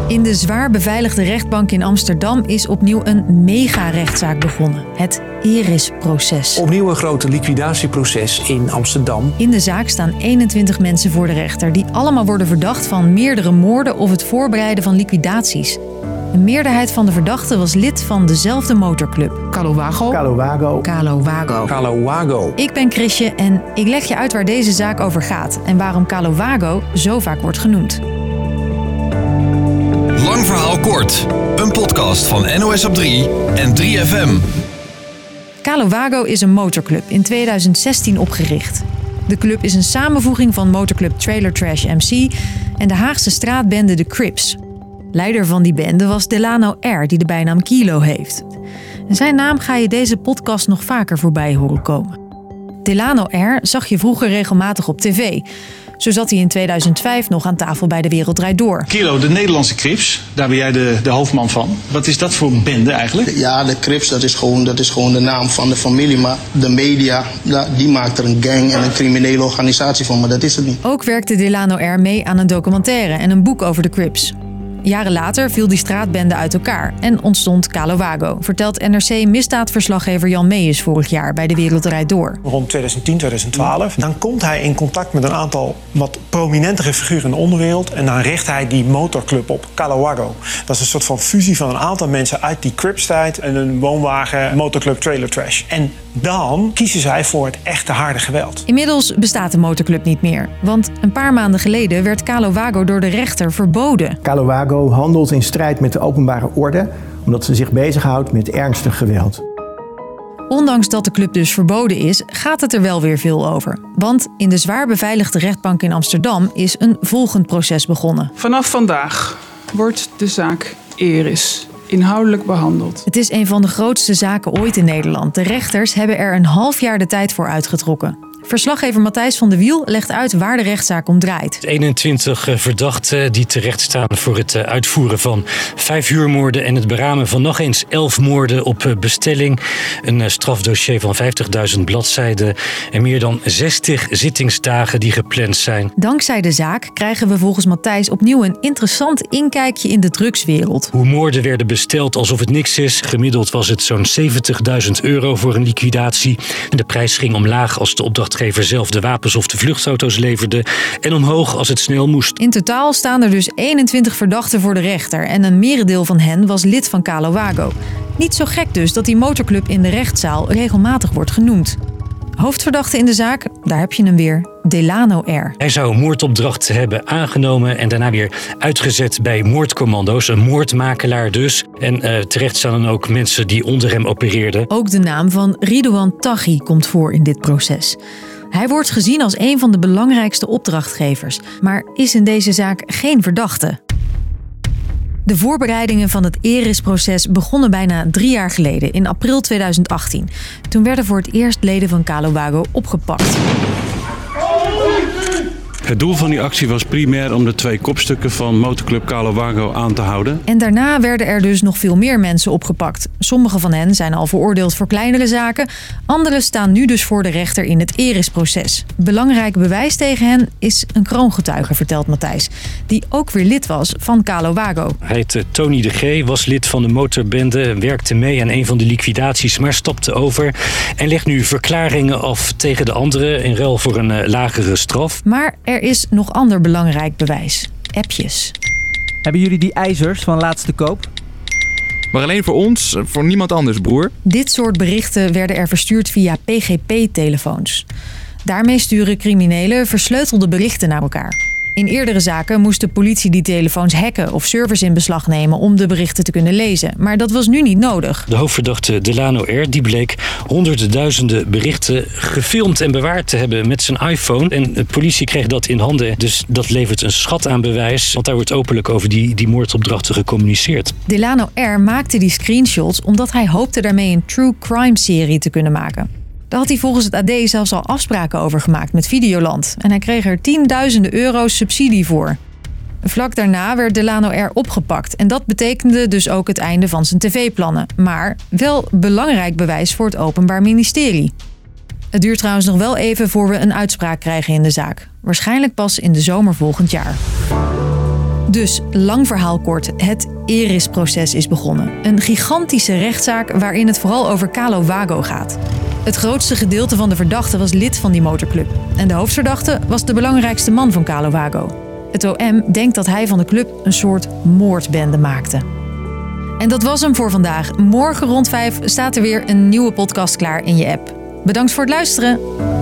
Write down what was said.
In de zwaar beveiligde rechtbank in Amsterdam is opnieuw een mega-rechtszaak begonnen. Het Eris-proces. Opnieuw een grote liquidatieproces in Amsterdam. In de zaak staan 21 mensen voor de rechter die allemaal worden verdacht van meerdere moorden of het voorbereiden van liquidaties. Een meerderheid van de verdachten was lid van dezelfde motorclub. Calo Wago. Ik ben Chrisje en ik leg je uit waar deze zaak over gaat en waarom Calo Wago zo vaak wordt genoemd. Lang verhaal kort. Een podcast van NOS op 3 en 3FM. Calo Wago is een motorclub in 2016 opgericht. De club is een samenvoeging van motorclub Trailer Trash MC en de Haagse straatbende de Crips. Leider van die bende was Delano R, die de bijnaam Kilo heeft. En zijn naam ga je deze podcast nog vaker voorbij horen komen. Delano R zag je vroeger regelmatig op tv. Zo zat hij in 2005 nog aan tafel bij De Wereld Draait Door. Kilo, de Nederlandse Crips, daar ben jij de hoofdman van. Wat is dat voor een bende eigenlijk? Ja, de Crips, dat is gewoon de naam van de familie. Maar de media, die maakt er een gang en een criminele organisatie van. Maar dat is het niet. Ook werkte Delano R mee aan een documentaire en een boek over de Crips. Jaren later viel die straatbende uit elkaar en ontstond Calo Wago, vertelt NRC-misdaadverslaggever Jan Meijers vorig jaar bij De Wereld Draait Door. Rond 2010, 2012. Dan komt hij in contact met een aantal wat prominentere figuren in de onderwereld en dan richt hij die motorclub op, Calo Wago. Dat is een soort van fusie van een aantal mensen uit die Crips-tijd en een woonwagen motorclub Trailer Trash. En dan kiezen zij voor het echte harde geweld. Inmiddels bestaat de motorclub niet meer, want een paar maanden geleden werd Calo Wago door de rechter verboden. Calo Wago handelt in strijd met de openbare orde, omdat ze zich bezighoudt met ernstig geweld. Ondanks dat de club dus verboden is, gaat het er wel weer veel over. Want in de zwaar beveiligde rechtbank in Amsterdam is een volgend proces begonnen. Vanaf vandaag wordt de zaak Eris inhoudelijk behandeld. Het is een van de grootste zaken ooit in Nederland. De rechters hebben er een half jaar de tijd voor uitgetrokken. Verslaggever Matthijs van de Wiel legt uit waar de rechtszaak om draait. 21 verdachten die terecht staan voor het uitvoeren van 5 huurmoorden en het beramen van nog eens 11 moorden op bestelling. Een strafdossier van 50.000 bladzijden en meer dan 60 zittingsdagen die gepland zijn. Dankzij de zaak krijgen we volgens Matthijs opnieuw een interessant inkijkje in de drugswereld. Hoe moorden werden besteld alsof het niks is. Gemiddeld was het zo'n €70.000 voor een liquidatie. En de prijs ging omlaag als de opdrachtgever zelf de wapens of de vluchtauto's leverde en omhoog als het snel moest. In totaal staan er dus 21 verdachten voor de rechter en een merendeel van hen was lid van Calo Wago. Niet zo gek dus dat die motorclub in de rechtszaal regelmatig wordt genoemd. Hoofdverdachte in de zaak, daar heb je hem weer, Delano R. Hij zou een moordopdracht hebben aangenomen en daarna weer uitgezet bij moordcommando's. Een moordmakelaar dus. En terecht staan dan ook mensen die onder hem opereerden. Ook de naam van Ridouan Taghi komt voor in dit proces. Hij wordt gezien als een van de belangrijkste opdrachtgevers, maar is in deze zaak geen verdachte. De voorbereidingen van het Eris-proces begonnen bijna 3 jaar geleden, in april 2018. Toen werden voor het eerst leden van Calo Wago opgepakt. Het doel van die actie was primair om de 2 kopstukken van motorclub Calo Wago aan te houden. En daarna werden er dus nog veel meer mensen opgepakt. Sommige van hen zijn al veroordeeld voor kleinere zaken. Anderen staan nu dus voor de rechter in het Eris-proces. Belangrijk bewijs tegen hen is een kroongetuige, vertelt Matthijs. Die ook weer lid was van Calo Wago. Hij heet Tony de G, was lid van de motorbende, werkte mee aan een van de liquidaties, maar stapte over. En legt nu verklaringen af tegen de anderen in ruil voor een lagere straf. Maar er is nog ander belangrijk bewijs. Appjes. Hebben jullie die ijzers van laatste koop? Maar alleen voor ons, voor niemand anders, broer. Dit soort berichten werden er verstuurd via PGP-telefoons. Daarmee sturen criminelen versleutelde berichten naar elkaar. In eerdere zaken moest de politie die telefoons hacken of servers in beslag nemen om de berichten te kunnen lezen. Maar dat was nu niet nodig. De hoofdverdachte Delano R. die bleek honderden duizenden berichten gefilmd en bewaard te hebben met zijn iPhone. En de politie kreeg dat in handen. Dus dat levert een schat aan bewijs. Want daar wordt openlijk over die moordopdrachten gecommuniceerd. Delano R. maakte die screenshots omdat hij hoopte daarmee een true crime serie te kunnen maken. Daar had hij volgens het AD zelfs al afspraken over gemaakt met Videoland. En hij kreeg er tienduizenden euro's subsidie voor. Vlak daarna werd Delano R. opgepakt. En dat betekende dus ook het einde van zijn tv-plannen. Maar wel belangrijk bewijs voor het Openbaar Ministerie. Het duurt trouwens nog wel even voor we een uitspraak krijgen in de zaak. Waarschijnlijk pas in de zomer volgend jaar. Dus, lang verhaal kort, het Eris-proces is begonnen. Een gigantische rechtszaak waarin het vooral over Calo Wago gaat. Het grootste gedeelte van de verdachten was lid van die motorclub. En de hoofdverdachte was de belangrijkste man van Calo Wago. Het OM denkt dat hij van de club een soort moordbende maakte. En dat was hem voor vandaag. Morgen rond 5 staat er weer een nieuwe podcast klaar in je app. Bedankt voor het luisteren.